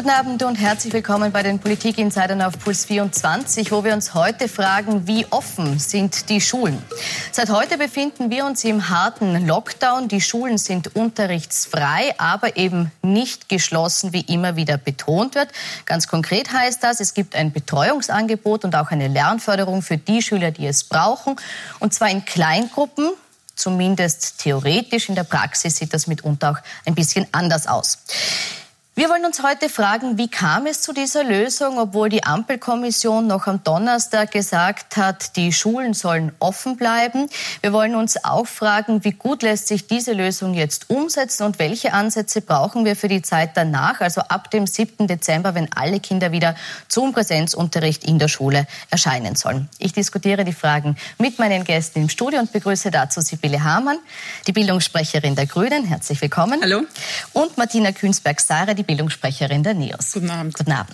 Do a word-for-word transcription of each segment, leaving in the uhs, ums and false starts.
Guten Abend und herzlich willkommen bei den Politik-Insidern auf Puls vierundzwanzig, wo wir uns heute fragen, wie offen sind die Schulen? Seit heute befinden wir uns im harten Lockdown. Die Schulen sind unterrichtsfrei, aber eben nicht geschlossen, wie immer wieder betont wird. Ganz konkret heißt das, es gibt ein Betreuungsangebot und auch eine Lernförderung für die Schüler, die es brauchen. Und zwar in Kleingruppen. Zumindest theoretisch. In der Praxis sieht das mitunter auch ein bisschen anders aus. Wir wollen uns heute fragen, wie kam es zu dieser Lösung, obwohl die Ampelkommission noch am Donnerstag gesagt hat, die Schulen sollen offen bleiben. Wir wollen uns auch fragen, wie gut lässt sich diese Lösung jetzt umsetzen und welche Ansätze brauchen wir für die Zeit danach, also ab dem siebten Dezember, wenn alle Kinder wieder zum Präsenzunterricht in der Schule erscheinen sollen. Ich diskutiere die Fragen mit meinen Gästen im Studio und begrüße dazu Sibylle Hamann, die Bildungssprecherin der Grünen. Herzlich willkommen. Hallo. Und Martina Künsberg-Sara, die Bildungssprecherin der NEOS. Guten Abend. Guten Abend.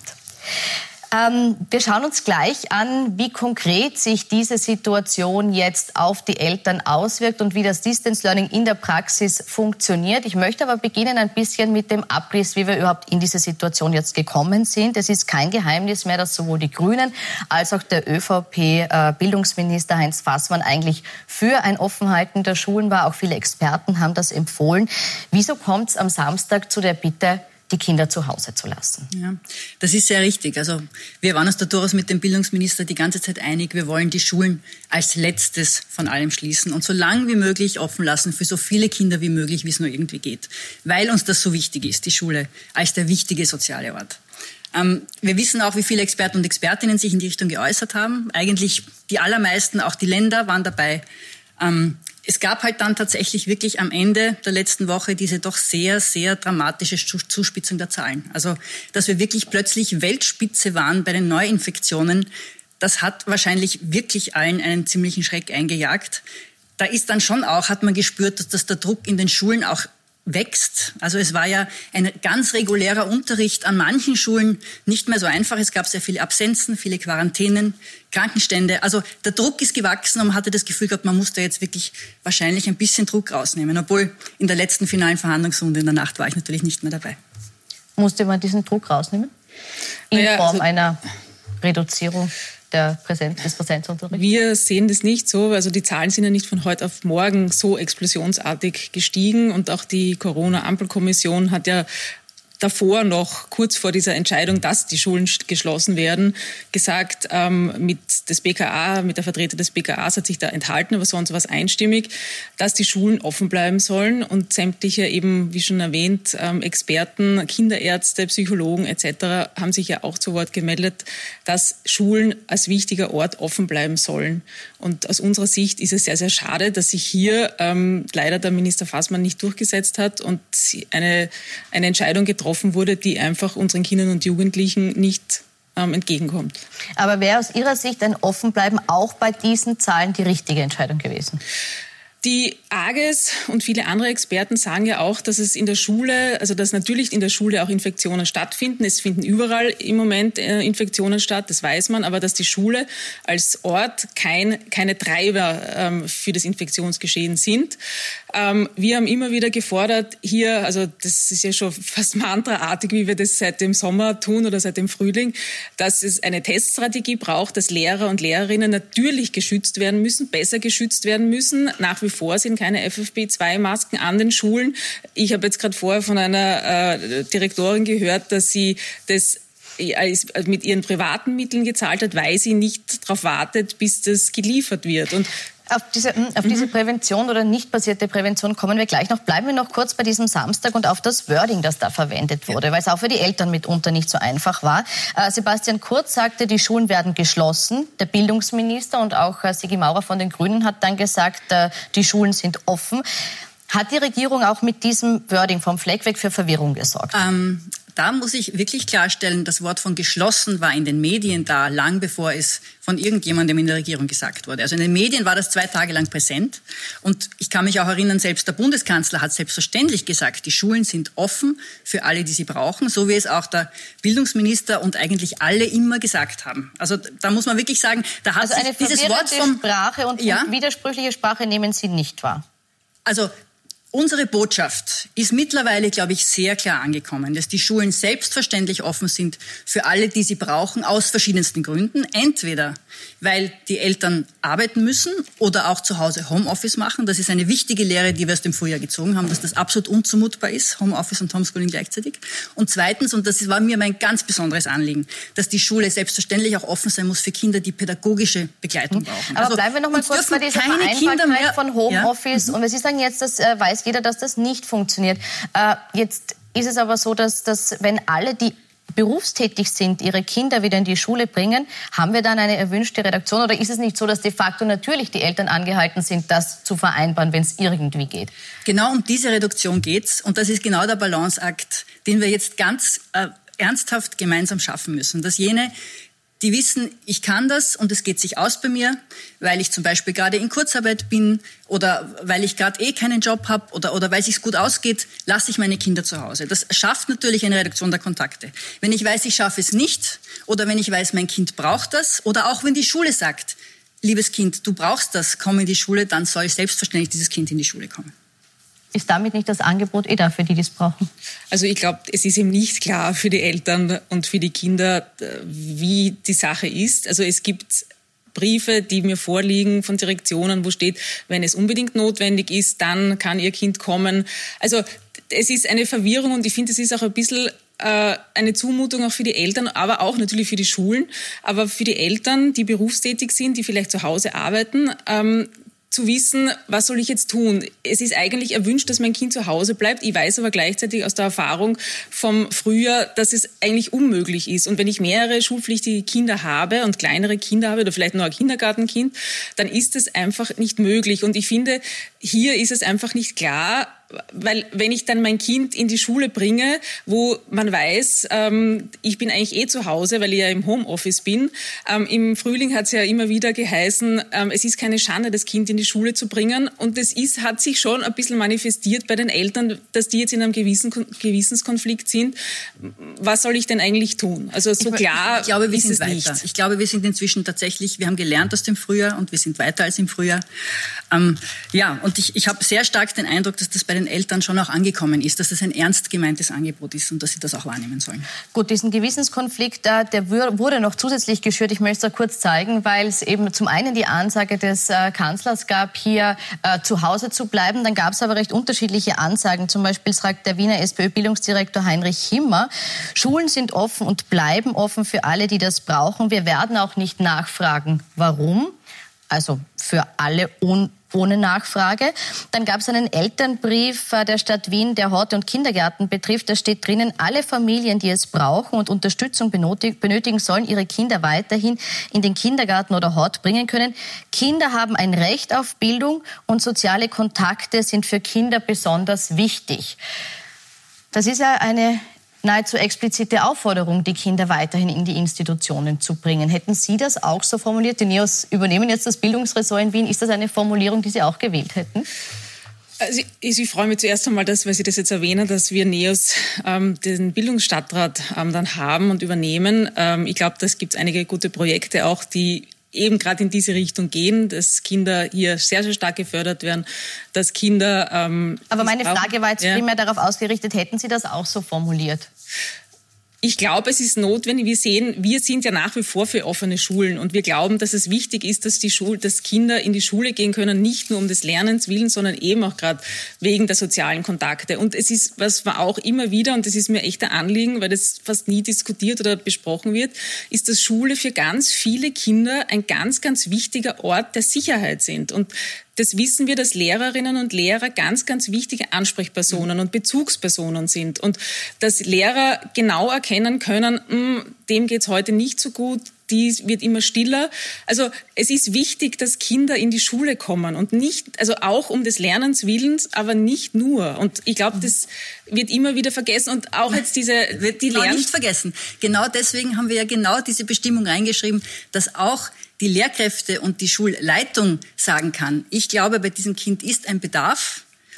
Ähm, wir schauen uns gleich an, wie konkret sich diese Situation jetzt auf die Eltern auswirkt und wie das Distance Learning in der Praxis funktioniert. Ich möchte aber beginnen ein bisschen mit dem Abriss, wie wir überhaupt in diese Situation jetzt gekommen sind. Es ist kein Geheimnis mehr, dass sowohl die Grünen als auch der ÖVP-Bildungsminister Heinz Fassmann eigentlich für ein Offenhalten der Schulen war. Auch viele Experten haben das empfohlen. Wieso kommt es am Samstag zu der Bitte, die Kinder zu Hause zu lassen? Ja, das ist sehr richtig. Also wir waren uns da durchaus mit dem Bildungsminister die ganze Zeit einig, wir wollen die Schulen als letztes von allem schließen und so lange wie möglich offen lassen für so viele Kinder wie möglich, wie es nur irgendwie geht. Weil uns das so wichtig ist, die Schule als der wichtige soziale Ort. Ähm, wir wissen auch, wie viele Experten und Expertinnen sich in die Richtung geäußert haben. Eigentlich die allermeisten, auch die Länder waren dabei. Ähm, Es gab halt dann tatsächlich wirklich am Ende der letzten Woche diese doch sehr, sehr dramatische Zuspitzung der Zahlen. Also, dass wir wirklich plötzlich Weltspitze waren bei den Neuinfektionen, das hat wahrscheinlich wirklich allen einen ziemlichen Schreck eingejagt. Da ist dann schon auch, hat man gespürt, dass, dass der Druck in den Schulen auch wächst. Also es war ja ein ganz regulärer Unterricht an manchen Schulen nicht mehr so einfach. Es gab sehr viele Absenzen, viele Quarantänen, Krankenstände. Also der Druck ist gewachsen und man hatte das Gefühl gehabt, man muss da jetzt wirklich wahrscheinlich ein bisschen Druck rausnehmen. Obwohl in der letzten finalen Verhandlungsrunde in der Nacht war ich natürlich nicht mehr dabei. Musste man diesen Druck rausnehmen? In ja, Form also einer Reduzierung der Präsenz, des Präsenzunterrichts? Wir sehen das nicht so. Also die Zahlen sind ja nicht von heute auf morgen so explosionsartig gestiegen. Und auch die Corona-Ampelkommission hat ja davor noch, kurz vor dieser Entscheidung, dass die Schulen geschlossen werden, gesagt, ähm, mit des B K A, mit der Vertreter des B K As hat sich da enthalten, aber sonst war es einstimmig, dass die Schulen offen bleiben sollen und sämtliche eben, wie schon erwähnt, ähm, Experten, Kinderärzte, Psychologen et cetera haben sich ja auch zu Wort gemeldet, dass Schulen als wichtiger Ort offen bleiben sollen. Und aus unserer Sicht ist es sehr, sehr schade, dass sich hier ähm, leider der Minister Fassmann nicht durchgesetzt hat und eine, eine Entscheidung getroffen wurde, die einfach unseren Kindern und Jugendlichen nicht ähm, entgegenkommt. Aber wäre aus Ihrer Sicht ein Offenbleiben auch bei diesen Zahlen die richtige Entscheidung gewesen? Die A G E S und viele andere Experten sagen ja auch, dass es in der Schule, also dass natürlich in der Schule auch Infektionen stattfinden. Es finden überall im Moment äh, Infektionen statt, das weiß man, aber dass die Schule als Ort kein, keine Treiber ähm, für das Infektionsgeschehen sind. Ähm, wir haben immer wieder gefordert, hier, also das ist ja schon fast mantraartig, wie wir das seit dem Sommer tun oder seit dem Frühling, dass es eine Teststrategie braucht, dass Lehrer und Lehrerinnen natürlich geschützt werden müssen, besser geschützt werden müssen. Nach wie vor sind keine F F P zwei Masken an den Schulen. Ich habe jetzt gerade vorher von einer äh, Direktorin gehört, dass sie das mit ihren privaten Mitteln gezahlt hat, weil sie nicht darauf wartet, bis das geliefert wird. Und Auf diese, auf diese Prävention oder nicht basierte Prävention kommen wir gleich noch. Bleiben wir noch kurz bei diesem Samstag und auf das Wording, das da verwendet wurde, weil es auch für die Eltern mitunter nicht so einfach war. Äh, Sebastian Kurz sagte, die Schulen werden geschlossen. Der Bildungsminister und auch äh, Sigi Maurer von den Grünen hat dann gesagt, äh, die Schulen sind offen. Hat die Regierung auch mit diesem Wording vom Fleck weg für Verwirrung gesorgt? Ähm, da muss ich wirklich klarstellen, das Wort von geschlossen war in den Medien da, lang bevor es von irgendjemandem in der Regierung gesagt wurde. Also in den Medien war das zwei Tage lang präsent. Und ich kann mich auch erinnern, selbst der Bundeskanzler hat selbstverständlich gesagt, die Schulen sind offen für alle, die sie brauchen, so wie es auch der Bildungsminister und eigentlich alle immer gesagt haben. Also da muss man wirklich sagen, da hat also sich eine dieses Wort verwirrende vom... Sprache und ja? widersprüchliche Sprache nehmen Sie nicht wahr? Also Unsere Botschaft ist mittlerweile, glaube ich, sehr klar angekommen, dass die Schulen selbstverständlich offen sind für alle, die sie brauchen, aus verschiedensten Gründen. Entweder, weil die Eltern arbeiten müssen oder auch zu Hause Homeoffice machen. Das ist eine wichtige Lehre, die wir aus dem Frühjahr gezogen haben, dass das absolut unzumutbar ist, Homeoffice und Homeschooling gleichzeitig. Und zweitens, und das war mir mein ganz besonderes Anliegen, dass die Schule selbstverständlich auch offen sein muss für Kinder, die pädagogische Begleitung brauchen. Aber also, bleiben wir noch mal kurz bei dieser Vereinbarkeit von Homeoffice. Ja. Und Sie sagen jetzt, das äh, weiß jeder, dass das nicht funktioniert. Äh, jetzt ist es aber so, dass, dass wenn alle, die berufstätig sind, ihre Kinder wieder in die Schule bringen, haben wir dann eine erwünschte Reduktion? Oder ist es nicht so, dass de facto natürlich die Eltern angehalten sind, das zu vereinbaren, wenn es irgendwie geht? Genau um diese Reduktion geht's. Und das ist genau der Balanceakt, den wir jetzt ganz äh, ernsthaft gemeinsam schaffen müssen. Dass jene, die wissen, ich kann das und es geht sich aus bei mir, weil ich zum Beispiel gerade in Kurzarbeit bin oder weil ich gerade eh keinen Job habe oder, oder weil es sich gut ausgeht, lasse ich meine Kinder zu Hause. Das schafft natürlich eine Reduktion der Kontakte. Wenn ich weiß, ich schaffe es nicht oder wenn ich weiß, mein Kind braucht das oder auch wenn die Schule sagt, liebes Kind, du brauchst das, komm in die Schule, dann soll selbstverständlich dieses Kind in die Schule kommen. Ist damit nicht das Angebot eh da für die, die es brauchen? Also ich glaube, es ist eben nicht klar für die Eltern und für die Kinder, wie die Sache ist. Also es gibt Briefe, die mir vorliegen von Direktionen, wo steht, wenn es unbedingt notwendig ist, dann kann ihr Kind kommen. Also es ist eine Verwirrung und ich finde, es ist auch ein bisschen äh, eine Zumutung auch für die Eltern, aber auch natürlich für die Schulen. Aber für die Eltern, die berufstätig sind, die vielleicht zu Hause arbeiten, ähm, zu wissen, was soll ich jetzt tun? Es ist eigentlich erwünscht, dass mein Kind zu Hause bleibt. Ich weiß aber gleichzeitig aus der Erfahrung vom Frühjahr, dass es eigentlich unmöglich ist. Und wenn ich mehrere schulpflichtige Kinder habe und kleinere Kinder habe oder vielleicht noch ein Kindergartenkind, dann ist es einfach nicht möglich. Und ich finde, hier ist es einfach nicht klar, weil wenn ich dann mein Kind in die Schule bringe, wo man weiß, ähm, ich bin eigentlich eh zu Hause, weil ich ja im Homeoffice bin. Ähm, Im Frühling hat es ja immer wieder geheißen, ähm, es ist keine Schande, das Kind in die Schule zu bringen. Und das ist, hat sich schon ein bisschen manifestiert bei den Eltern, dass die jetzt in einem gewissen Gewissenskonflikt sind. Was soll ich denn eigentlich tun? Also so ich, klar ich glaube, wir ist sind es weiter. nicht. Ich glaube, wir sind inzwischen tatsächlich, wir haben gelernt aus dem Frühjahr und wir sind weiter als im Frühjahr. Ähm, ja, und ich, ich habe sehr stark den Eindruck, dass das bei den Eltern schon auch angekommen ist, dass das ein ernst gemeintes Angebot ist und dass sie das auch wahrnehmen sollen. Gut, diesen Gewissenskonflikt, der wurde noch zusätzlich geschürt. Ich möchte es da kurz zeigen, weil es eben zum einen die Ansage des äh, Kanzlers gab, hier äh, zu Hause zu bleiben. Dann gab es aber recht unterschiedliche Ansagen. Zum Beispiel sagt der Wiener SPÖ-Bildungsdirektor Heinrich Himmer, Schulen sind offen und bleiben offen für alle, die das brauchen. Wir werden auch nicht nachfragen, warum. Also für alle un ohne Nachfrage. Dann gab es einen Elternbrief der Stadt Wien, der Horte und Kindergärten betrifft. Da steht drinnen, alle Familien, die es brauchen und Unterstützung benötigen, sollen ihre Kinder weiterhin in den Kindergarten oder Hort bringen können. Kinder haben ein Recht auf Bildung und soziale Kontakte sind für Kinder besonders wichtig. Das ist ja eine nahezu explizite Aufforderung, die Kinder weiterhin in die Institutionen zu bringen. Hätten Sie das auch so formuliert? Die NEOS übernehmen jetzt das Bildungsressort in Wien. Ist das eine Formulierung, die Sie auch gewählt hätten? Also ich, ich freue mich zuerst einmal, dass, weil Sie das jetzt erwähnen, dass wir NEOS ähm, den Bildungsstadtrat ähm, dann haben und übernehmen. Ähm, ich glaube, das gibt einige gute Projekte auch, die eben gerade in diese Richtung gehen, dass Kinder hier sehr, sehr stark gefördert werden, dass Kinder... Ähm, Aber meine Frage war jetzt ja. primär darauf ausgerichtet, hätten Sie das auch so formuliert? Ich glaube, es ist notwendig. Wir sehen, wir sind ja nach wie vor für offene Schulen und wir glauben, dass es wichtig ist, dass die Schule, dass Kinder in die Schule gehen können, nicht nur um des Lernens willen, sondern eben auch gerade wegen der sozialen Kontakte. Und es ist, was man auch immer wieder, und das ist mir echt ein Anliegen, weil das fast nie diskutiert oder besprochen wird, ist, dass Schule für ganz viele Kinder ein ganz, ganz wichtiger Ort der Sicherheit sind. Und das wissen wir, dass Lehrerinnen und Lehrer ganz, ganz wichtige Ansprechpersonen und Bezugspersonen sind. Und dass Lehrer genau erkennen können, mh, dem geht's heute nicht so gut, die wird immer stiller. Also es ist wichtig, dass Kinder in die Schule kommen und nicht, also auch um des Lernens Willens, aber nicht nur. Und ich glaube, das wird immer wieder vergessen und auch jetzt diese, wird die Lern- nicht vergessen. Genau deswegen haben wir ja genau diese Bestimmung reingeschrieben, dass auch die Lehrkräfte und die Schulleitung sagen kann, ich glaube, bei diesem Kind ist ein Bedarf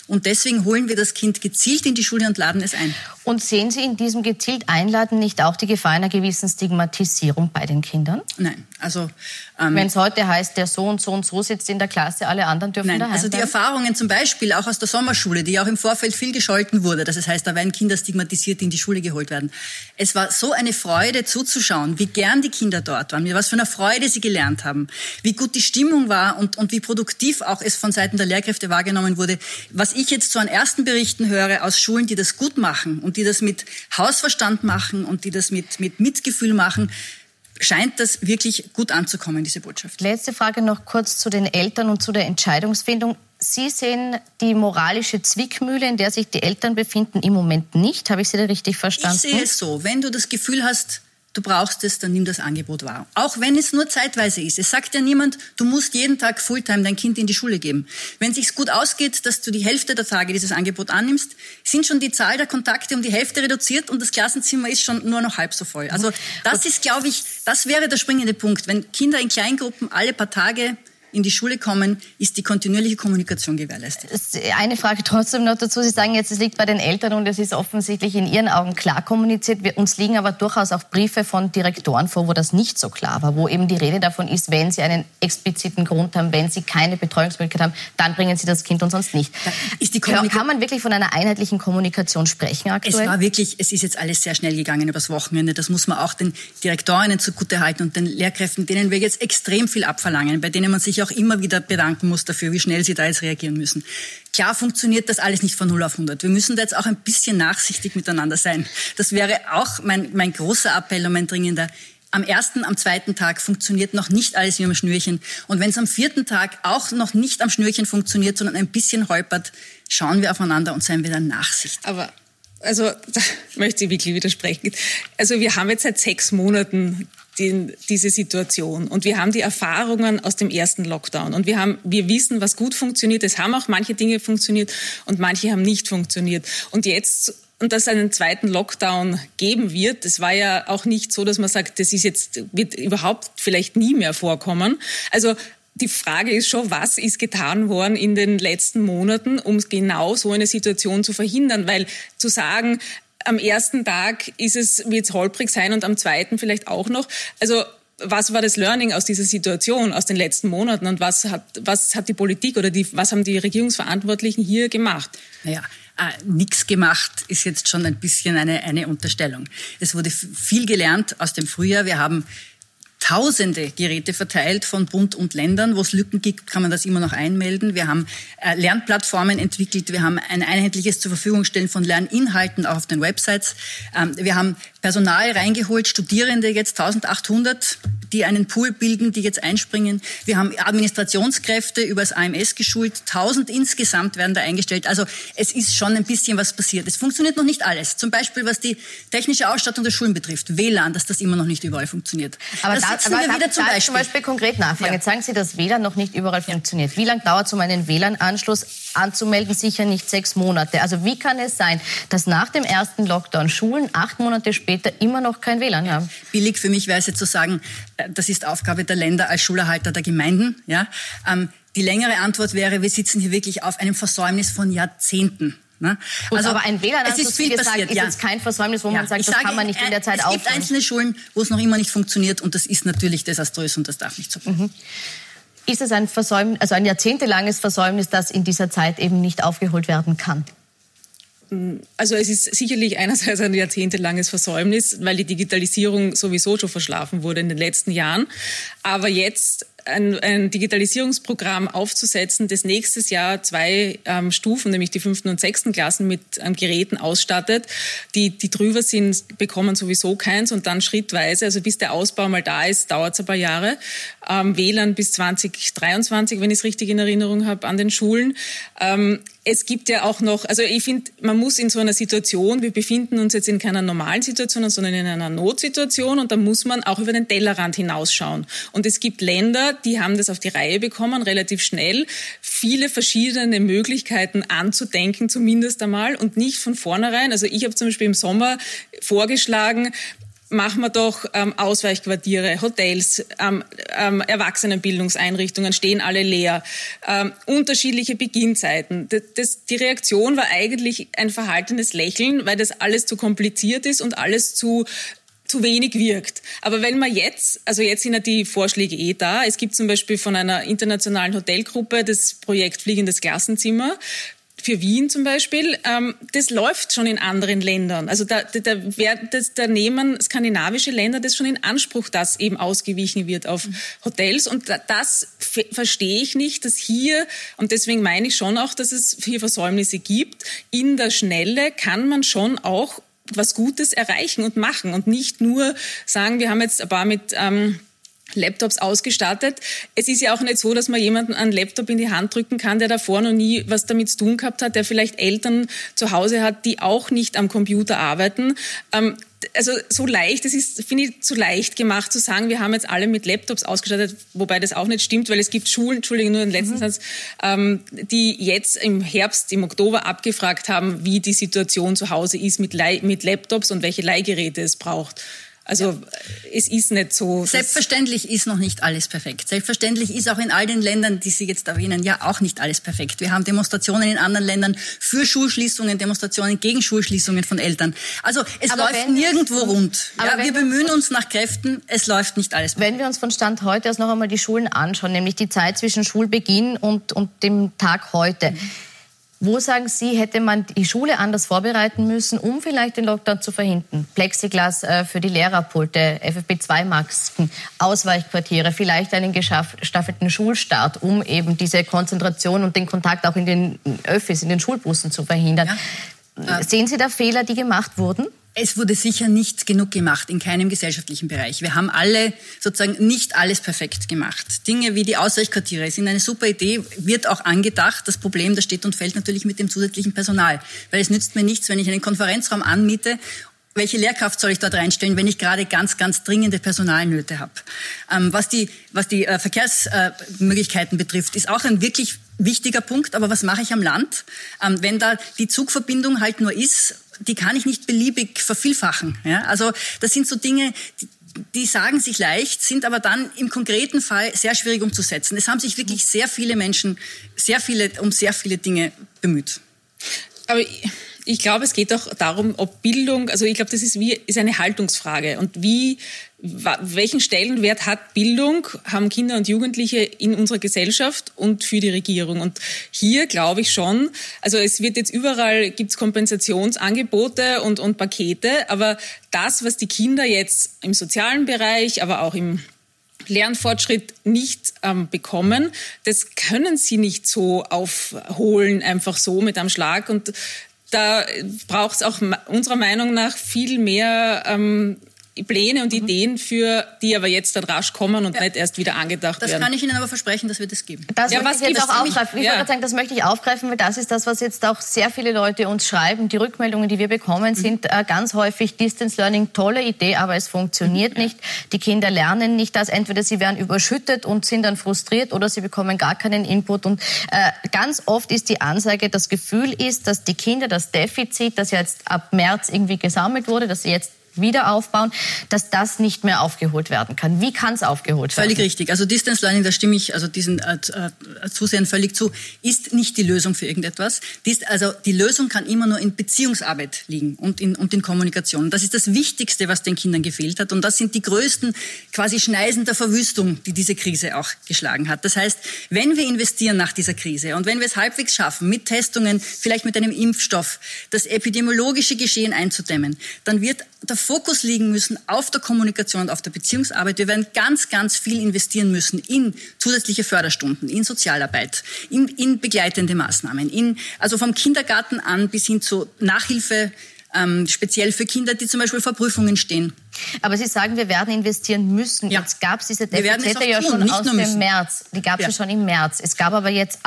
Und deswegen holen wir das Kind gezielt in die Schule und laden es ein. Und sehen Sie in diesem gezielt Einladen nicht auch die Gefahr einer gewissen Stigmatisierung bei den Kindern? Nein, also... Ähm, Wenn es heute heißt, der so und so und so sitzt in der Klasse, alle anderen dürfen Nein, daheim also die bleiben? Erfahrungen zum Beispiel auch aus der Sommerschule, die auch im Vorfeld viel gescholten wurde, das heißt, da werden Kinder stigmatisiert, die in die Schule geholt werden. Es war so eine Freude zuzuschauen, wie gern die Kinder dort waren, was für eine Freude sie gelernt haben, wie gut die Stimmung war und, und wie produktiv auch es von Seiten der Lehrkräfte wahrgenommen wurde. Was ich jetzt so an ersten Berichten höre aus Schulen, die das gut machen und die das mit Hausverstand machen und die das mit, mit Mitgefühl machen, scheint das wirklich gut anzukommen, diese Botschaft. Letzte Frage noch kurz zu den Eltern und zu der Entscheidungsfindung. Sie sehen die moralische Zwickmühle, in der sich die Eltern befinden, im Moment nicht. Habe ich Sie da richtig verstanden? Ich sehe es so. Wenn du das Gefühl hast, du brauchst es, dann nimm das Angebot wahr. Auch wenn es nur zeitweise ist. Es sagt ja niemand, du musst jeden Tag Fulltime dein Kind in die Schule geben. Wenn es sich gut ausgeht, dass du die Hälfte der Tage dieses Angebot annimmst, sind schon die Zahl der Kontakte um die Hälfte reduziert und das Klassenzimmer ist schon nur noch halb so voll. Also das ist, glaube ich, das wäre der springende Punkt. Wenn Kinder in Kleingruppen alle paar Tage in die Schule kommen, ist die kontinuierliche Kommunikation gewährleistet. Eine Frage trotzdem noch dazu. Sie sagen jetzt, es liegt bei den Eltern und es ist offensichtlich in Ihren Augen klar kommuniziert. Wir, uns liegen aber durchaus auch Briefe von Direktoren vor, wo das nicht so klar war, wo eben die Rede davon ist, wenn Sie einen expliziten Grund haben, wenn Sie keine Betreuungsmöglichkeit haben, dann bringen Sie das Kind und sonst nicht. Ist die Kommunika- Kann man wirklich von einer einheitlichen Kommunikation sprechen aktuell? Es war wirklich, es ist jetzt alles sehr schnell gegangen übers Wochenende. Das muss man auch den Direktorinnen zugutehalten und den Lehrkräften, denen wir jetzt extrem viel abverlangen, bei denen man sich auch immer wieder bedanken muss dafür, wie schnell sie da jetzt reagieren müssen. Klar funktioniert das alles nicht von null auf hundert. Wir müssen da jetzt auch ein bisschen nachsichtig miteinander sein. Das wäre auch mein, mein großer Appell und mein dringender. Am ersten, am zweiten Tag funktioniert noch nicht alles wie am Schnürchen. Und wenn es am vierten Tag auch noch nicht am Schnürchen funktioniert, sondern ein bisschen holpert, schauen wir aufeinander und seien wir dann nachsichtig. Aber also, da möchte ich wirklich widersprechen. Also wir haben jetzt seit sechs Monaten Die, diese Situation. Und wir haben die Erfahrungen aus dem ersten Lockdown. Und wir haben, wir wissen, was gut funktioniert. Es haben auch manche Dinge funktioniert und manche haben nicht funktioniert. Und jetzt, und dass es einen zweiten Lockdown geben wird, das war ja auch nicht so, dass man sagt, das ist jetzt, wird überhaupt vielleicht nie mehr vorkommen. Also, die Frage ist schon, was ist getan worden in den letzten Monaten, um genau so eine Situation zu verhindern? Weil zu sagen, am ersten Tag ist es, wird es holprig sein und am zweiten vielleicht auch noch. Also was war das Learning aus dieser Situation, aus den letzten Monaten und was hat, was hat die Politik oder die, was haben die Regierungsverantwortlichen hier gemacht? Naja, äh, nichts gemacht ist jetzt schon ein bisschen eine, eine Unterstellung. Es wurde f- viel gelernt aus dem Frühjahr. Wir haben Tausende Geräte verteilt von Bund und Ländern. Wo es Lücken gibt, kann man das immer noch einmelden. Wir haben äh, Lernplattformen entwickelt. Wir haben ein einheitliches zur Verfügung stellen von Lerninhalten auch auf den Websites. Ähm, wir haben Personal reingeholt, Studierende jetzt eintausendachthundert, die einen Pool bilden, die jetzt einspringen. Wir haben Administrationskräfte übers A M S geschult. tausend insgesamt werden da eingestellt. Also es ist schon ein bisschen was passiert. Es funktioniert noch nicht alles. Zum Beispiel, was die technische Ausstattung der Schulen betrifft. W L A N, dass das immer noch nicht überall funktioniert. Aber das da, sitzen aber wir da, wieder zum da Beispiel. zum Beispiel konkret nachfragen. Ja. Jetzt sagen Sie, dass W L A N noch nicht überall ja. funktioniert. Wie lange dauert es, um einen W L A N-Anschluss anzumelden? Sicher nicht sechs Monate. Also wie kann es sein, dass nach dem ersten Lockdown Schulen acht Monate später immer noch kein W L A N haben? Billig für mich wäre es jetzt zu sagen, das ist Aufgabe der Länder als Schulerhalter der Gemeinden. Ja? Ähm, die längere Antwort wäre, wir sitzen hier wirklich auf einem Versäumnis von Jahrzehnten. Ne? Gut, also, aber ein W L A N, es ist viel gesagt, passiert, ist ja. jetzt kein Versäumnis, wo ja. man sagt, ich das sage, kann man nicht in der Zeit aufholen. Es gibt einzelne Schulen, wo es noch immer nicht funktioniert und das ist natürlich desaströs und das darf nicht so bleiben. Mhm. Ist es ein Versäumnis, also ein jahrzehntelanges Versäumnis, das in dieser Zeit eben nicht aufgeholt werden kann? Also es ist sicherlich einerseits ein jahrzehntelanges Versäumnis, weil die Digitalisierung sowieso schon verschlafen wurde in den letzten Jahren. Aber jetzt ein, ein Digitalisierungsprogramm aufzusetzen, das nächstes Jahr zwei ähm, Stufen, nämlich die fünften und sechsten Klassen mit ähm, Geräten ausstattet. Die, die drüber sind, bekommen sowieso keins und dann schrittweise, also bis der Ausbau mal da ist, dauert es ein paar Jahre. Ähm, W L A N bis zwanzig dreiundzwanzig, wenn ich es richtig in Erinnerung habe, an den Schulen. Ähm, es gibt ja auch noch, also ich finde, man muss in so einer Situation, wir befinden uns jetzt in keiner normalen Situation, sondern in einer Notsituation und da muss man auch über den Tellerrand hinausschauen. Und es gibt Länder, die haben das auf die Reihe bekommen, relativ schnell, viele verschiedene Möglichkeiten anzudenken, zumindest einmal, und nicht von vornherein. Also ich habe zum Beispiel im Sommer vorgeschlagen, machen wir doch ähm, Ausweichquartiere, Hotels, ähm, ähm, Erwachsenenbildungseinrichtungen stehen alle leer, ähm, unterschiedliche Beginnzeiten. Das, das, die Reaktion war eigentlich ein verhaltenes Lächeln, weil das alles zu kompliziert ist und alles zu zu wenig wirkt. Aber wenn man jetzt, also jetzt sind ja die Vorschläge eh da. Es gibt zum Beispiel von einer internationalen Hotelgruppe das Projekt Fliegendes Klassenzimmer. Für Wien zum Beispiel, ähm, das läuft schon in anderen Ländern. Also da, da, da, das, da nehmen skandinavische Länder das schon in Anspruch, dass eben ausgewichen wird auf mhm. Hotels. Und da, das f- verstehe ich nicht, dass hier, und deswegen meine ich schon auch, dass es hier Versäumnisse gibt, in der Schnelle kann man schon auch was Gutes erreichen und machen und nicht nur sagen, wir haben jetzt ein paar mit ähm, Laptops ausgestattet. Es ist ja auch nicht so, dass man jemanden einen Laptop in die Hand drücken kann, der davor noch nie was damit zu tun gehabt hat, der vielleicht Eltern zu Hause hat, die auch nicht am Computer arbeiten. Ähm, also so leicht, das ist, finde ich, zu leicht gemacht zu sagen, wir haben jetzt alle mit Laptops ausgestattet, wobei das auch nicht stimmt, weil es gibt Schulen, Entschuldigung, nur den letzten mhm. Satz, ähm, die jetzt im Herbst, im Oktober abgefragt haben, wie die Situation zu Hause ist mit, Leih- mit Laptops und welche Leihgeräte es braucht. Also ja. Es ist nicht so... Selbstverständlich ist noch nicht alles perfekt. Selbstverständlich ist auch in all den Ländern, die Sie jetzt erwähnen, ja auch nicht alles perfekt. Wir haben Demonstrationen in anderen Ländern für Schulschließungen, Demonstrationen gegen Schulschließungen von Eltern. Also es aber läuft nirgendwo rund. Ja, wir bemühen uns nach Kräften, es läuft nicht alles perfekt. Wenn wir uns von Stand heute aus noch einmal die Schulen anschauen, nämlich die Zeit zwischen Schulbeginn und, und dem Tag heute, mhm. Wo, sagen Sie, hätte man die Schule anders vorbereiten müssen, um vielleicht den Lockdown zu verhindern? Plexiglas äh, für die Lehrerpulte, F F P zwei Masken, Ausweichquartiere, vielleicht einen gestaffelten Schulstart, um eben diese Konzentration und den Kontakt auch in den Öffis, in den Schulbussen zu verhindern. Ja. Äh, Sehen Sie da Fehler, die gemacht wurden? Es wurde sicher nicht genug gemacht in keinem gesellschaftlichen Bereich. Wir haben alle sozusagen nicht alles perfekt gemacht. Dinge wie die Ausweichquartiere sind eine super Idee, wird auch angedacht. Das Problem, das steht und fällt natürlich mit dem zusätzlichen Personal. Weil es nützt mir nichts, wenn ich einen Konferenzraum anmiete. Welche Lehrkraft soll ich dort reinstellen, wenn ich gerade ganz, ganz dringende Personalnöte habe? Ähm, was die, was die äh, Verkehrsmöglichkeiten äh, betrifft, ist auch ein wirklich wichtiger Punkt. Aber was mache ich am Land? Ähm, wenn da die Zugverbindung halt nur ist, die kann ich nicht beliebig vervielfachen. Ja? Also das sind so Dinge, die, die sagen sich leicht, sind aber dann im konkreten Fall sehr schwierig umzusetzen. Es haben sich wirklich sehr viele Menschen sehr viele, um sehr viele Dinge bemüht. Aber ich glaube, es geht auch darum, ob Bildung, also ich glaube, das ist wie ist eine Haltungsfrage. Und wie, welchen Stellenwert hat Bildung, haben Kinder und Jugendliche in unserer Gesellschaft und für die Regierung? Und hier glaube ich schon, also es wird jetzt überall, gibt's Kompensationsangebote und, und Pakete, aber das, was die Kinder jetzt im sozialen Bereich, aber auch im Lernfortschritt nicht ähm, bekommen, das können sie nicht so aufholen, einfach so mit einem Schlag. Und da braucht es auch unserer Meinung nach viel mehr ähm, Pläne und Ideen für, die aber jetzt dann rasch kommen und ja. nicht erst wieder angedacht das werden. Das kann ich Ihnen aber versprechen, dass wir das geben. Das ja, möchte was ich jetzt auch aufgreifen. Ich ja. wollte gerade sagen, das möchte ich aufgreifen, weil das ist das, was jetzt auch sehr viele Leute uns schreiben. Die Rückmeldungen, die wir bekommen, mhm. sind äh, ganz häufig Distance Learning, tolle Idee, aber es funktioniert mhm. nicht. Die Kinder lernen nicht das. Entweder sie werden überschüttet und sind dann frustriert oder sie bekommen gar keinen Input. Und äh, ganz oft ist die Ansage, das Gefühl ist, dass die Kinder das Defizit, das ja jetzt ab März irgendwie gesammelt wurde, dass sie jetzt wieder aufbauen, dass das nicht mehr aufgeholt werden kann. Wie kann es aufgeholt werden? Völlig richtig. Also Distance Learning, da stimme ich also diesen äh, äh, Zusehern völlig zu, ist nicht die Lösung für irgendetwas. Dies, also die Lösung kann immer nur in Beziehungsarbeit liegen und in, und in Kommunikation. Das ist das Wichtigste, was den Kindern gefehlt hat. Und das sind die größten quasi Schneisen der Verwüstung, die diese Krise auch geschlagen hat. Das heißt, wenn wir investieren nach dieser Krise und wenn wir es halbwegs schaffen, mit Testungen, vielleicht mit einem Impfstoff, das epidemiologische Geschehen einzudämmen, dann wird der Fokus liegen müssen auf der Kommunikation und auf der Beziehungsarbeit. Wir werden ganz, ganz viel investieren müssen in zusätzliche Förderstunden, in Sozialarbeit, in, in begleitende Maßnahmen, in, also vom Kindergarten an bis hin zu Nachhilfe, ähm, speziell für Kinder, die zum Beispiel vor Prüfungen stehen. Aber Sie sagen, wir werden investieren müssen. Ja. Jetzt gab es diese Defizite ja tun, schon aus dem müssen. März. Die gab es ja. ja schon im März. Es gab aber jetzt ab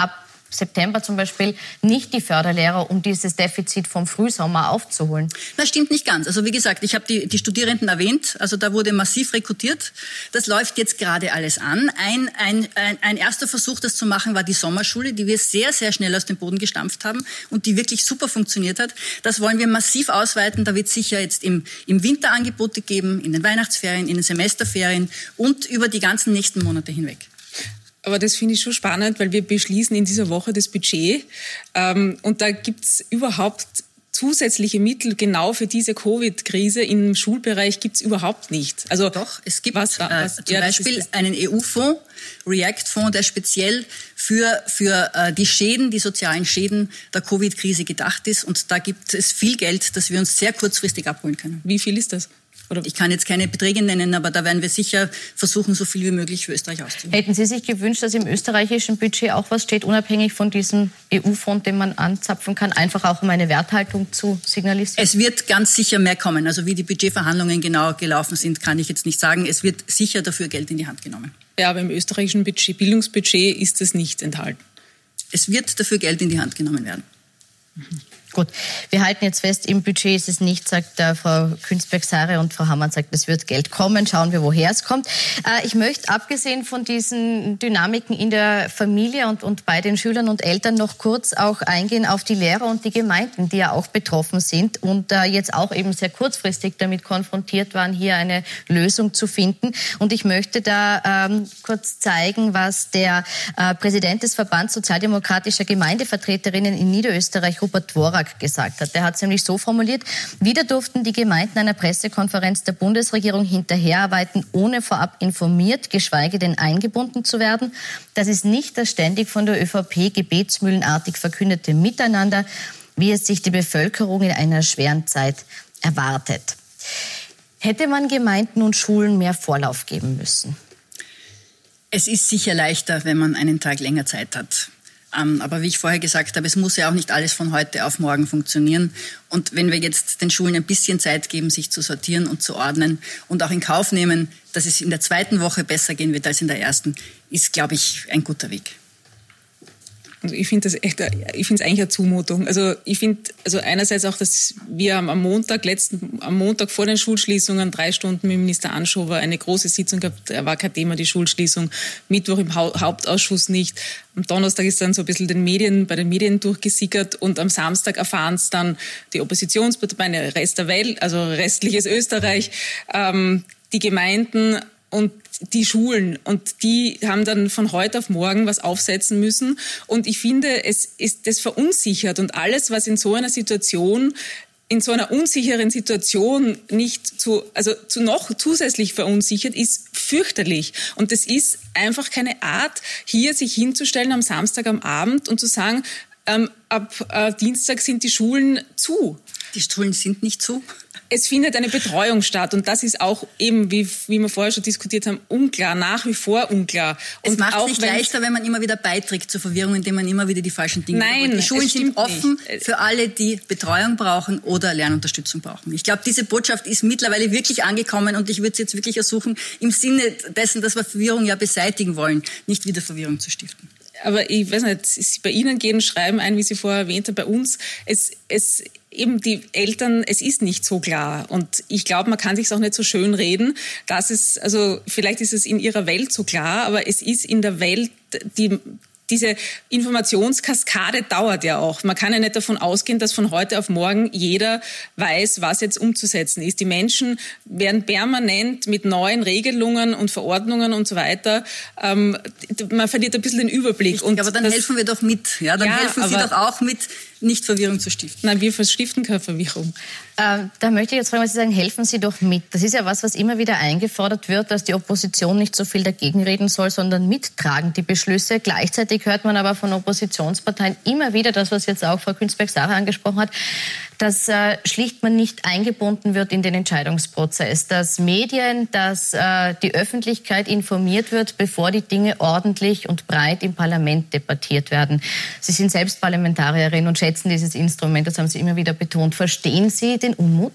September zum Beispiel nicht die Förderlehrer, um dieses Defizit vom Frühsommer aufzuholen? Das stimmt nicht ganz. Also wie gesagt, ich habe die, die Studierenden erwähnt. Also da wurde massiv rekrutiert. Das läuft jetzt gerade alles an. Ein, ein, ein, ein erster Versuch, das zu machen, war die Sommerschule, die wir sehr, sehr schnell aus dem Boden gestampft haben und die wirklich super funktioniert hat. Das wollen wir massiv ausweiten. Da wird es sicher jetzt im, im Winter Angebote geben, in den Weihnachtsferien, in den Semesterferien und über die ganzen nächsten Monate hinweg. Aber das finde ich schon spannend, weil wir beschließen in dieser Woche das Budget ähm, und da gibt es überhaupt zusätzliche Mittel genau für diese Covid-Krise im Schulbereich gibt es überhaupt nicht. Also doch, es gibt was, was, äh, zum ja, Beispiel einen E U-Fonds, REACT-Fonds, der speziell für, für äh, die Schäden, die sozialen Schäden der Covid-Krise gedacht ist. Und da gibt es viel Geld, das wir uns sehr kurzfristig abholen können. Wie viel ist das? Oder ich kann jetzt keine Beträge nennen, aber da werden wir sicher versuchen, so viel wie möglich für Österreich auszuholen. Hätten Sie sich gewünscht, dass im österreichischen Budget auch was steht, unabhängig von diesem E U-Fonds, den man anzapfen kann, einfach auch um eine Werthaltung zu signalisieren? Es wird ganz sicher mehr kommen. Also wie die Budgetverhandlungen genau gelaufen sind, kann ich jetzt nicht sagen. Es wird sicher dafür Geld in die Hand genommen. Ja, aber im österreichischen Budget, Bildungsbudget ist das nicht enthalten. Es wird dafür Geld in die Hand genommen werden. Mhm. Gut, wir halten jetzt fest, im Budget ist es nicht, sagt äh, Frau Günzberg-Sare, und Frau Hammann sagt, es wird Geld kommen. Schauen wir, woher es kommt. Äh, ich möchte, abgesehen von diesen Dynamiken in der Familie und, und bei den Schülern und Eltern, noch kurz auch eingehen auf die Lehrer und die Gemeinden, die ja auch betroffen sind und äh, jetzt auch eben sehr kurzfristig damit konfrontiert waren, hier eine Lösung zu finden. Und ich möchte da ähm, kurz zeigen, was der äh, Präsident des Verbands sozialdemokratischer Gemeindevertreterinnen in Niederösterreich, Rupert Dvorak, gesagt hat. Der hat es nämlich so formuliert: Wieder durften die Gemeinden einer Pressekonferenz der Bundesregierung hinterherarbeiten, ohne vorab informiert, geschweige denn eingebunden zu werden. Das ist nicht das ständig von der ÖVP gebetsmühlenartig verkündete Miteinander, wie es sich die Bevölkerung in einer schweren Zeit erwartet. Hätte man Gemeinden und Schulen mehr Vorlauf geben müssen? Es ist sicher leichter, wenn man einen Tag länger Zeit hat. Aber wie ich vorher gesagt habe, es muss ja auch nicht alles von heute auf morgen funktionieren. Und wenn wir jetzt den Schulen ein bisschen Zeit geben, sich zu sortieren und zu ordnen und auch in Kauf nehmen, dass es in der zweiten Woche besser gehen wird als in der ersten, ist, glaube ich, ein guter Weg. Also ich finde das echt, ich finde es eigentlich eine Zumutung. Also ich finde, also einerseits auch, dass wir am Montag, letzten, am Montag vor den Schulschließungen drei Stunden mit Minister Anschober eine große Sitzung gehabt. Da war kein Thema, die Schulschließung. Mittwoch im Hauptausschuss nicht. Am Donnerstag ist dann so ein bisschen den Medien, bei den Medien durchgesickert und am Samstag erfahren es dann die Oppositionsparteien, der Rest der Welt, also restliches Österreich, ähm, die Gemeinden und die Schulen, und die haben dann von heute auf morgen was aufsetzen müssen. Und ich finde, es ist das verunsichert, und alles, was in so einer Situation, in so einer unsicheren Situation nicht zu, also zu noch zusätzlich verunsichert, ist fürchterlich. Und das ist einfach keine Art, hier sich hinzustellen am Samstag am Abend und zu sagen, ähm, ab äh, Dienstag sind die Schulen zu. Die Schulen sind nicht zu. Es findet eine Betreuung statt, und das ist auch eben, wie, wie wir vorher schon diskutiert haben, unklar, nach wie vor unklar. Es und macht es auch nicht wenn leichter, wenn man immer wieder beiträgt zur Verwirrung, indem man immer wieder die falschen Dinge Nein, sagt. Die Schulen sind offen nicht. für alle, die Betreuung brauchen oder Lernunterstützung brauchen. Ich glaube, diese Botschaft ist mittlerweile wirklich angekommen, und ich würde es jetzt wirklich versuchen, im Sinne dessen, dass wir Verwirrung ja beseitigen wollen, nicht wieder Verwirrung zu stiften. Aber ich weiß nicht, bei Ihnen gehen Schreiben ein, wie Sie vorher erwähnt haben, bei uns, es, es, eben die Eltern, es ist nicht so klar. Und ich glaube, man kann sich auch nicht so schön reden, dass es, also vielleicht ist es in ihrer Welt so klar, aber es ist in der Welt, die, diese Informationskaskade dauert ja auch. Man kann ja nicht davon ausgehen, dass von heute auf morgen jeder weiß, was jetzt umzusetzen ist. Die Menschen werden permanent mit neuen Regelungen und Verordnungen und so weiter, ähm, man verliert ein bisschen den Überblick. Richtig, und aber dann das, helfen wir doch mit. Ja, dann ja, helfen Sie doch auch mit, nicht Verwirrung zu stiften. Nein, wir stiften keine Verwirrung. Ähm, da möchte ich jetzt fragen, was Sie sagen, helfen Sie doch mit. Das ist ja was, was immer wieder eingefordert wird, dass die Opposition nicht so viel dagegen reden soll, sondern mittragen die Beschlüsse. Gleichzeitig hört man aber von Oppositionsparteien immer wieder das, was jetzt auch Frau Günzberg-Sare angesprochen hat, dass äh, schlicht man nicht eingebunden wird in den Entscheidungsprozess, dass Medien, dass äh, die Öffentlichkeit informiert wird, bevor die Dinge ordentlich und breit im Parlament debattiert werden. Sie sind selbst Parlamentarierin und schätzen dieses Instrument, das haben Sie immer wieder betont. Verstehen Sie den Unmut?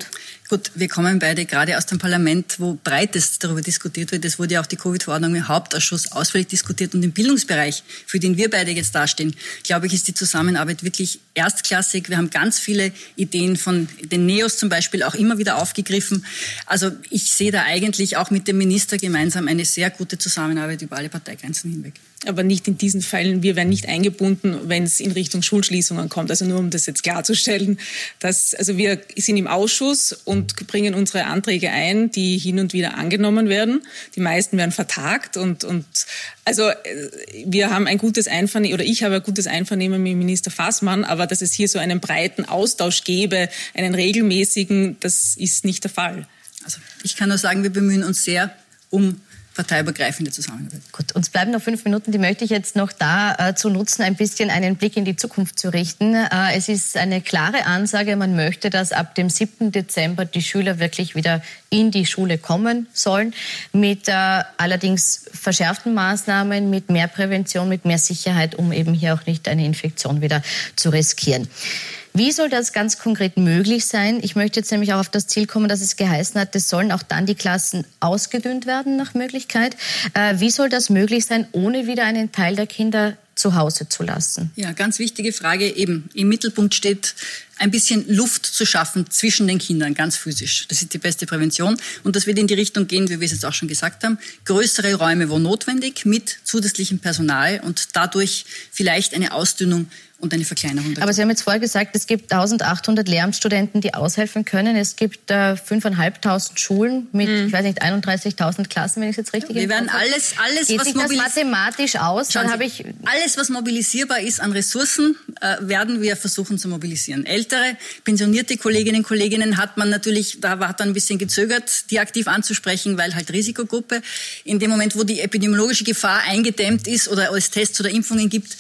Gut, wir kommen beide gerade aus dem Parlament, wo breitest darüber diskutiert wird. Es wurde ja auch die Covid-Verordnung im Hauptausschuss ausführlich diskutiert. Und im Bildungsbereich, für den wir beide jetzt dastehen, glaube ich, ist die Zusammenarbeit wirklich erstklassig. Wir haben ganz viele Ideen von den Neos zum Beispiel auch immer wieder aufgegriffen. Also ich sehe da eigentlich auch mit dem Minister gemeinsam eine sehr gute Zusammenarbeit über alle Parteigrenzen hinweg. Aber nicht in diesen Fällen. Wir werden nicht eingebunden, wenn es in Richtung Schulschließungen kommt. Also nur um das jetzt klarzustellen. Dass, also wir sind im Ausschuss und bringen unsere Anträge ein, die hin und wieder angenommen werden. Die meisten werden vertagt. Und, und also wir haben ein gutes Einvernehmen, oder ich habe ein gutes Einvernehmen mit Minister Fassmann. Aber dass es hier so einen breiten Austausch gäbe, einen regelmäßigen, das ist nicht der Fall. Also ich kann nur sagen, wir bemühen uns sehr um parteiübergreifende Zusammenarbeit. Gut, uns bleiben noch fünf Minuten. Die möchte ich jetzt noch da äh, zu nutzen, ein bisschen einen Blick in die Zukunft zu richten. Äh, es ist eine klare Ansage, man möchte, dass ab dem siebten Dezember die Schüler wirklich wieder in die Schule kommen sollen. Mit äh, allerdings verschärften Maßnahmen, mit mehr Prävention, mit mehr Sicherheit, um eben hier auch nicht eine Infektion wieder zu riskieren. Wie soll das ganz konkret möglich sein? Ich möchte jetzt nämlich auch auf das Ziel kommen, dass es geheißen hat, es sollen auch dann die Klassen ausgedünnt werden nach Möglichkeit. Äh, wie soll das möglich sein, ohne wieder einen Teil der Kinder zu Hause zu lassen? Ja, ganz wichtige Frage. Eben im Mittelpunkt steht, ein bisschen Luft zu schaffen zwischen den Kindern, ganz physisch. Das ist die beste Prävention. Und das wird in die Richtung gehen, wie wir es jetzt auch schon gesagt haben, größere Räume, wo notwendig, mit zusätzlichem Personal und dadurch vielleicht eine Ausdünnung und eine Verkleinerung. Aber Sie haben jetzt vorher gesagt, es gibt eintausendachthundert Lehramtsstudenten, die aushelfen können. Es gibt äh, fünftausendfünfhundert Schulen mit, hm. ich weiß nicht, einunddreißigtausend Klassen, wenn ich es jetzt richtig ja, Wir werden alles, alles, Geht was sich das mathematisch aus? Dann habe ich alles, was mobilisierbar ist an Ressourcen, äh, werden wir versuchen zu mobilisieren. Ältere, pensionierte Kolleginnen und Kollegen hat man natürlich, da hat man ein bisschen gezögert, die aktiv anzusprechen, weil halt Risikogruppe. In dem Moment, wo die epidemiologische Gefahr eingedämmt ist oder es Tests oder Impfungen gibt,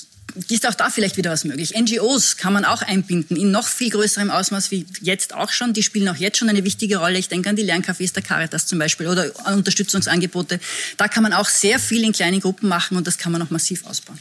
ist auch da vielleicht wieder was möglich. N G Os kann man auch einbinden, in noch viel größerem Ausmaß wie jetzt auch schon. Die spielen auch jetzt schon eine wichtige Rolle. Ich denke an die Lerncafés der Caritas zum Beispiel oder an Unterstützungsangebote. Da kann man auch sehr viel in kleinen Gruppen machen und das kann man auch massiv ausbauen.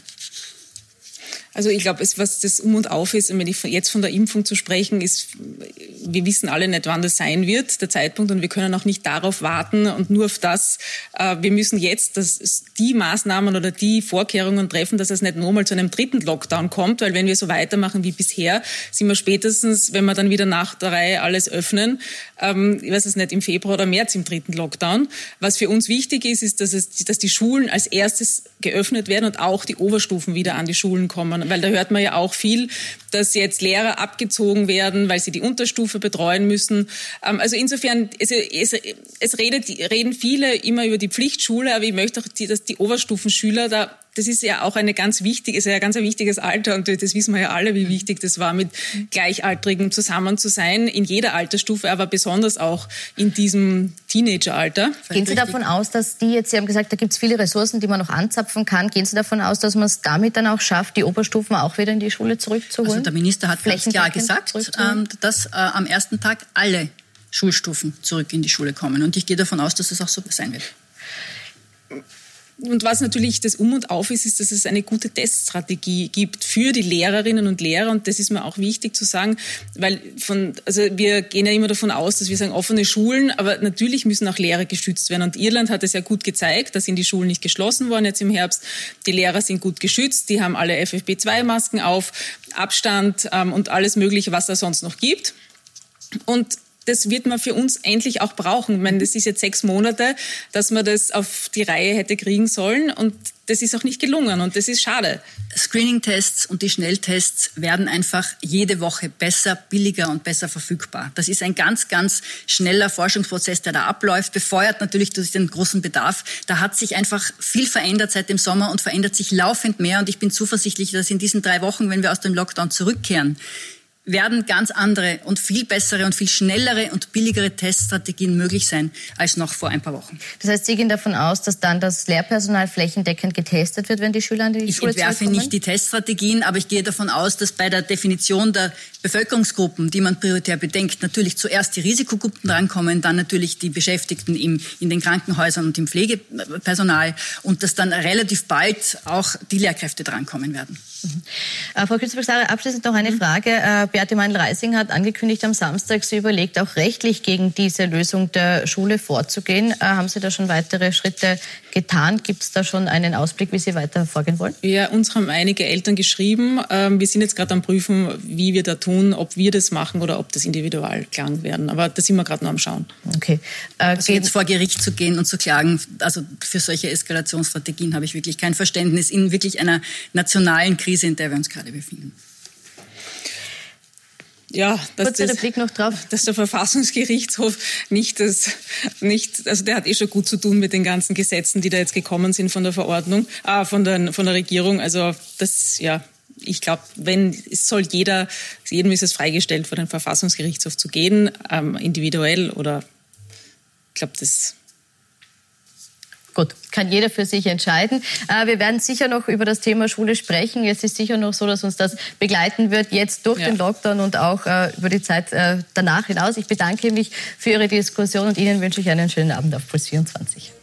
Also ich glaube, was das Um und Auf ist, wenn ich jetzt von der Impfung zu sprechen, ist, wir wissen alle nicht, wann das sein wird, der Zeitpunkt, und wir können auch nicht darauf warten und nur auf das. Wir müssen jetzt das, die Maßnahmen oder die Vorkehrungen treffen, dass es nicht nochmal zu einem dritten Lockdown kommt, weil wenn wir so weitermachen wie bisher, sind wir spätestens, wenn wir dann wieder nach der Reihe alles öffnen, ich weiß es nicht, im Februar oder März im dritten Lockdown. Was für uns wichtig ist, ist, dass, es, dass die Schulen als erstes geöffnet werden und auch die Oberstufen wieder an die Schulen kommen. Weil da hört man ja auch viel, dass jetzt Lehrer abgezogen werden, weil sie die Unterstufe betreuen müssen. Also insofern, es, es, es redet, reden viele immer über die Pflichtschule, aber ich möchte auch, die, dass die Oberstufenschüler da, das ist ja auch eine ganz wichtige, ist ja ein ganz ein wichtiges Alter und das wissen wir ja alle, wie wichtig das war, mit Gleichaltrigen zusammen zu sein, in jeder Altersstufe, aber besonders auch in diesem Teenageralter. Gehen Sie davon aus, dass die jetzt, Sie haben gesagt, da gibt es viele Ressourcen, die man noch anzapfen kann, gehen Sie davon aus, dass man es damit dann auch schafft, die Oberstufen auch wieder in die Schule zurückzuholen? Also der Minister hat ganz klar gesagt, dass äh, am ersten Tag alle Schulstufen zurück in die Schule kommen und ich gehe davon aus, dass es auch so sein wird. Und was natürlich das Um und Auf ist, ist, dass es eine gute Teststrategie gibt für die Lehrerinnen und Lehrer. Und das ist mir auch wichtig zu sagen, weil von, also wir gehen ja immer davon aus, dass wir sagen offene Schulen, aber natürlich müssen auch Lehrer geschützt werden. Und Irland hat es ja gut gezeigt, da sind die Schulen nicht geschlossen worden jetzt im Herbst. Die Lehrer sind gut geschützt, die haben alle F F P zwei Masken auf, Abstand ähm, und alles Mögliche, was da sonst noch gibt. Und das wird man für uns endlich auch brauchen. Ich meine, das ist jetzt sechs Monate, dass man das auf die Reihe hätte kriegen sollen und das ist auch nicht gelungen und das ist schade. Screening-Tests und die Schnelltests werden einfach jede Woche besser, billiger und besser verfügbar. Das ist ein ganz, ganz schneller Forschungsprozess, der da abläuft, befeuert natürlich durch den großen Bedarf. Da hat sich einfach viel verändert seit dem Sommer und verändert sich laufend mehr und ich bin zuversichtlich, dass in diesen drei Wochen, wenn wir aus dem Lockdown zurückkehren, werden ganz andere und viel bessere und viel schnellere und billigere Teststrategien möglich sein als noch vor ein paar Wochen. Das heißt, Sie gehen davon aus, dass dann das Lehrpersonal flächendeckend getestet wird, wenn die Schüler an die ich Schule zurückkommen? Ich entwerfe nicht die Teststrategien, aber ich gehe davon aus, dass bei der Definition der Bevölkerungsgruppen, die man prioritär bedenkt, natürlich zuerst die Risikogruppen drankommen, dann natürlich die Beschäftigten im, in den Krankenhäusern und im Pflegepersonal und dass dann relativ bald auch die Lehrkräfte drankommen werden. Mhm. Äh, Frau Küstenberg, abschließend noch eine mhm. Frage. Äh, Beate Meindl-Reising hat angekündigt am Samstag, sie überlegt auch rechtlich gegen diese Lösung der Schule vorzugehen. Äh, haben Sie da schon weitere Schritte getan? Gibt es da schon einen Ausblick, wie Sie weiter vorgehen wollen? Ja, uns haben einige Eltern geschrieben. Ähm, wir sind jetzt gerade am Prüfen, wie wir da tun, ob wir das machen oder ob das individual klagen werden. Aber da sind wir gerade noch am Schauen. Okay. Äh, also jetzt vor Gericht zu gehen und zu klagen, also für solche Eskalationsstrategien habe ich wirklich kein Verständnis in wirklich einer nationalen Krise, in der wir uns gerade befinden. Ja, dass, das, Blick noch drauf. dass der Verfassungsgerichtshof nicht das, nicht, also der hat eh schon gut zu tun mit den ganzen Gesetzen, die da jetzt gekommen sind von der Verordnung, äh, von der, von der Regierung. Also das, ja, ich glaube, wenn, es soll jeder, jedem ist es freigestellt, vor den Verfassungsgerichtshof zu gehen, ähm, individuell oder, ich glaube, das. Gut, kann jeder für sich entscheiden. Äh, wir werden sicher noch über das Thema Schule sprechen. Es ist sicher noch so, dass uns das begleiten wird, jetzt durch ja. den Lockdown und auch äh, über die Zeit äh, danach hinaus. Ich bedanke mich für Ihre Diskussion und Ihnen wünsche ich einen schönen Abend auf Puls vierundzwanzig.